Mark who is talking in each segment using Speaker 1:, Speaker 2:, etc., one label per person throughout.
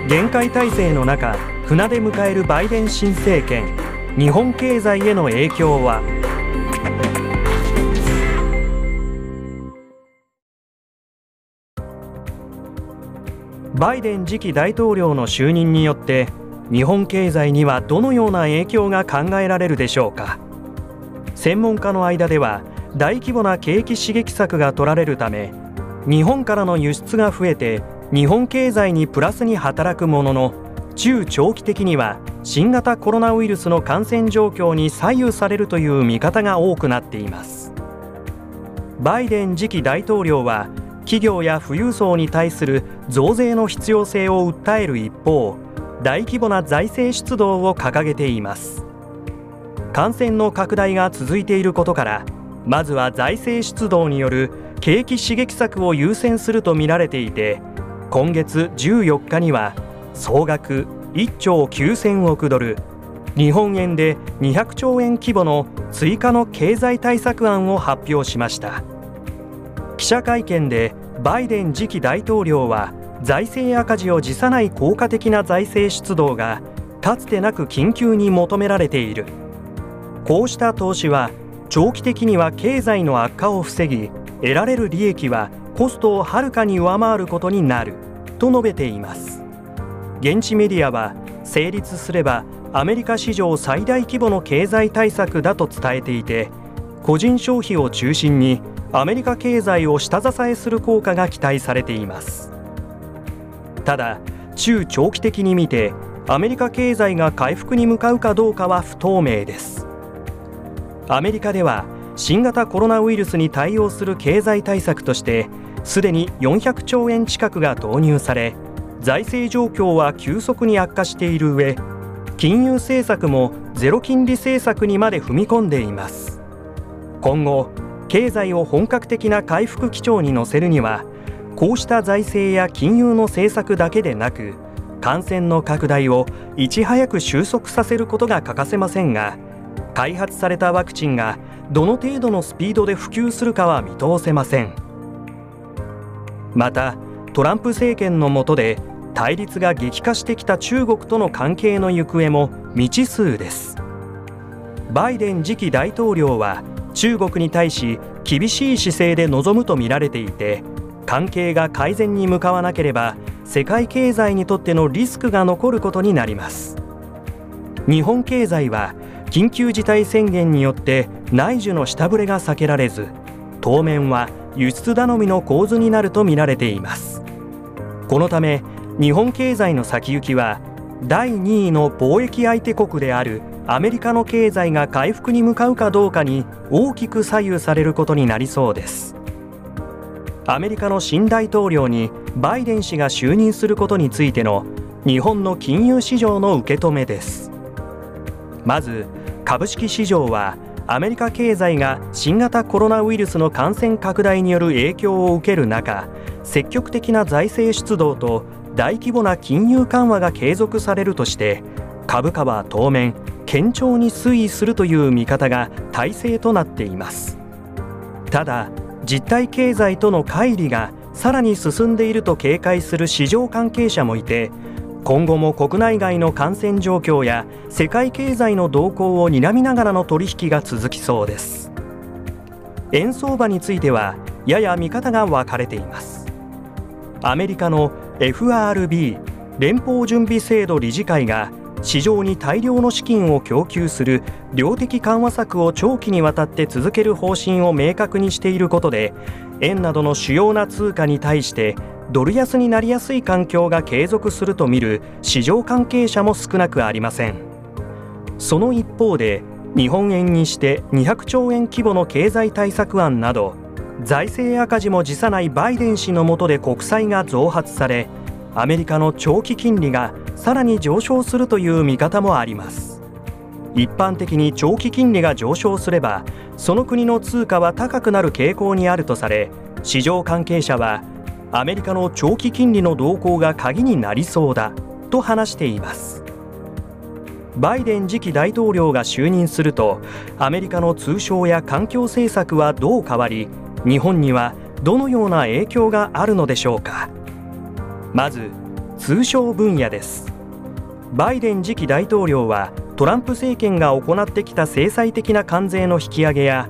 Speaker 1: 厳戒態勢の中、船出迎えるバイデン新政権。日本経済への影響は。バイデン次期大統領の就任によって日本経済にはどのような影響が考えられるでしょうか。専門家の間では大規模な景気刺激策が取られるため、日本からの輸出が増えて日本経済にプラスに働くものの、中長期的には新型コロナウイルスの感染状況に左右されるという見方が多くなっています。バイデン次期大統領は企業や富裕層に対する増税の必要性を訴える一方、大規模な財政出動を掲げています。感染の拡大が続いていることから、まずは財政出動による景気刺激策を優先するとみられていて、今月14日には総額1兆9000億ドル、日本円で200兆円規模の追加の経済対策案を発表しました。記者会見でバイデン次期大統領は、財政赤字を辞さない効果的な財政出動がかつてなく緊急に求められている。こうした投資は長期的には経済の悪化を防ぎ、得られる利益はコストをはるかに上回ることになると述べています。現地メディアは、成立すればアメリカ史上最大規模の経済対策だと伝えていて、個人消費を中心にアメリカ経済を下支えする効果が期待されています。ただ、中長期的に見てアメリカ経済が回復に向かうかどうかは不透明です。アメリカでは新型コロナウイルスに対応する経済対策としてすでに400兆円近くが投入され、財政状況は急速に悪化している上、金融政策もゼロ金利政策にまで踏み込んでいます。今後経済を本格的な回復基調に乗せるには、こうした財政や金融の政策だけでなく、感染の拡大をいち早く収束させることが欠かせませんが、開発されたワクチンがどの程度のスピードで普及するかは見通せません。また、トランプ政権の下で対立が激化してきた中国との関係の行方も未知数です。バイデン次期大統領は中国に対し厳しい姿勢で臨むとみられていて、関係が改善に向かわなければ世界経済にとってのリスクが残ることになります。日本経済は緊急事態宣言によって内需の下振れが避けられず、当面は輸出頼みの構図になるとみられています。このため日本経済の先行きは、第2位の貿易相手国であるアメリカの経済が回復に向かうかどうかに大きく左右されることになりそうです。アメリカの新大統領にバイデン氏が就任することについての日本の金融市場の受け止めです。まず、株式市場はアメリカ経済が新型コロナウイルスの感染拡大による影響を受ける中、積極的な財政出動と大規模な金融緩和が継続されるとして、株価は当面堅調に推移するという見方が大勢となっています。ただ、実体経済との乖離がさらに進んでいると警戒する市場関係者もいて、今後も国内外の感染状況や世界経済の動向を睨みながらの取引が続きそうです。円相場についてはやや見方が分かれています。アメリカの FRB 連邦準備制度理事会が市場に大量の資金を供給する量的緩和策を長期にわたって続ける方針を明確にしていることで、円などの主要な通貨に対してドル安になりやすい環境が継続すると見る市場関係者も少なくありません。その一方で、日本円にして200兆円規模の経済対策案など、財政赤字も辞さないバイデン氏の下で国債が増発され、アメリカの長期金利がさらに上昇するという見方もあります。一般的に長期金利が上昇すれば、その国の通貨は高くなる傾向にあるとされ、市場関係者はアメリカの長期金利の動向が鍵になりそうだと話しています。バイデン次期大統領が就任すると、アメリカの通商や環境政策はどう変わり、日本にはどのような影響があるのでしょうか。まず、 通商分野です。バイデン次期大統領はトランプ政権が行ってきた制裁的な関税の引き上げや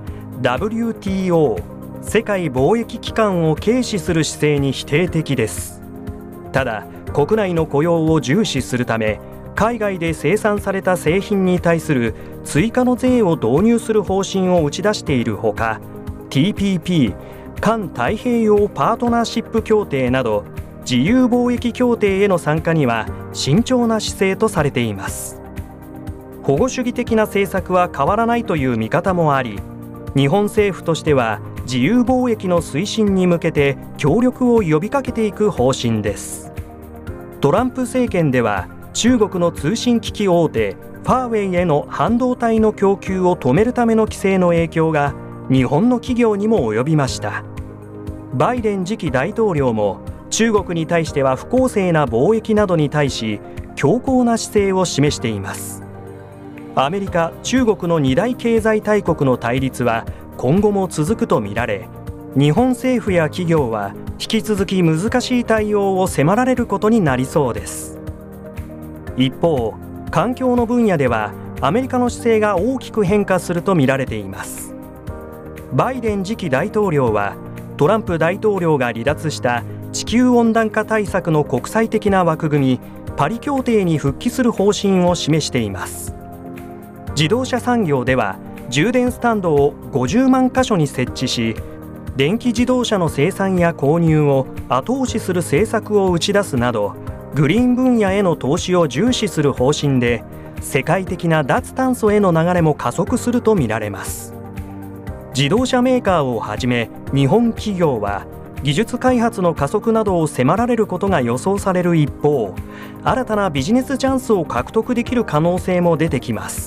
Speaker 1: WTO 世界貿易機関を軽視する姿勢に否定的です。ただ国内の雇用を重視するため海外で生産された製品に対する追加の税を導入する方針を打ち出しているほか、 TPP 環太平洋パートナーシップ協定など自由貿易協定への参加には慎重な姿勢とされています。保護主義的な政策は変わらないという見方もあり、日本政府としては自由貿易の推進に向けて協力を呼びかけていく方針です。トランプ政権では中国の通信機器大手ファーウェイへの半導体の供給を止めるための規制の影響が日本の企業にも及びました。バイデン次期大統領も中国に対しては不公正な貿易などに対し強硬な姿勢を示しています。アメリカ、中国の2大経済大国の対立は今後も続くとみられ、日本政府や企業は引き続き難しい対応を迫られることになりそうです。一方、環境の分野ではアメリカの姿勢が大きく変化するとみられています。バイデン次期大統領はトランプ大統領が離脱した地球温暖化対策の国際的な枠組みパリ協定に復帰する方針を示しています。自動車産業では充電スタンドを50万箇所に設置し、電気自動車の生産や購入を後押しする政策を打ち出すなどグリーン分野への投資を重視する方針で、世界的な脱炭素への流れも加速するとみられます。自動車メーカーをはじめ日本企業は技術開発の加速などを迫られることが予想される一方、新たなビジネスチャンスを獲得できる可能性も出てきます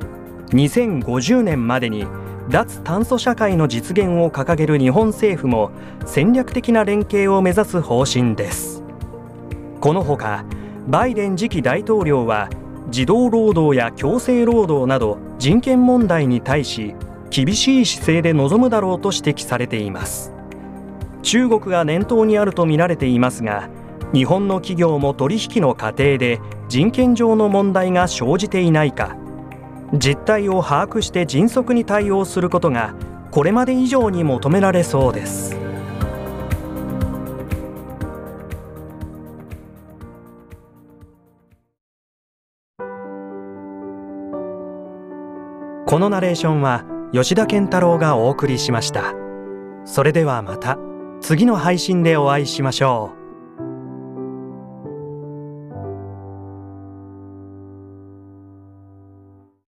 Speaker 1: 。2050年までに脱炭素社会の実現を掲げる日本政府も戦略的な連携を目指す方針です。このほか、バイデン次期大統領は児童労働や強制労働など人権問題に対し厳しい姿勢で臨むだろうと指摘されています。中国が念頭にあるとみられていますが、日本の企業も取引の過程で人権上の問題が生じていないか、実態を把握して迅速に対応することがこれまで以上に求められそうです。このナレーションは吉田健太郎がお送りしました。それではまた次の配信でお会いしましょう。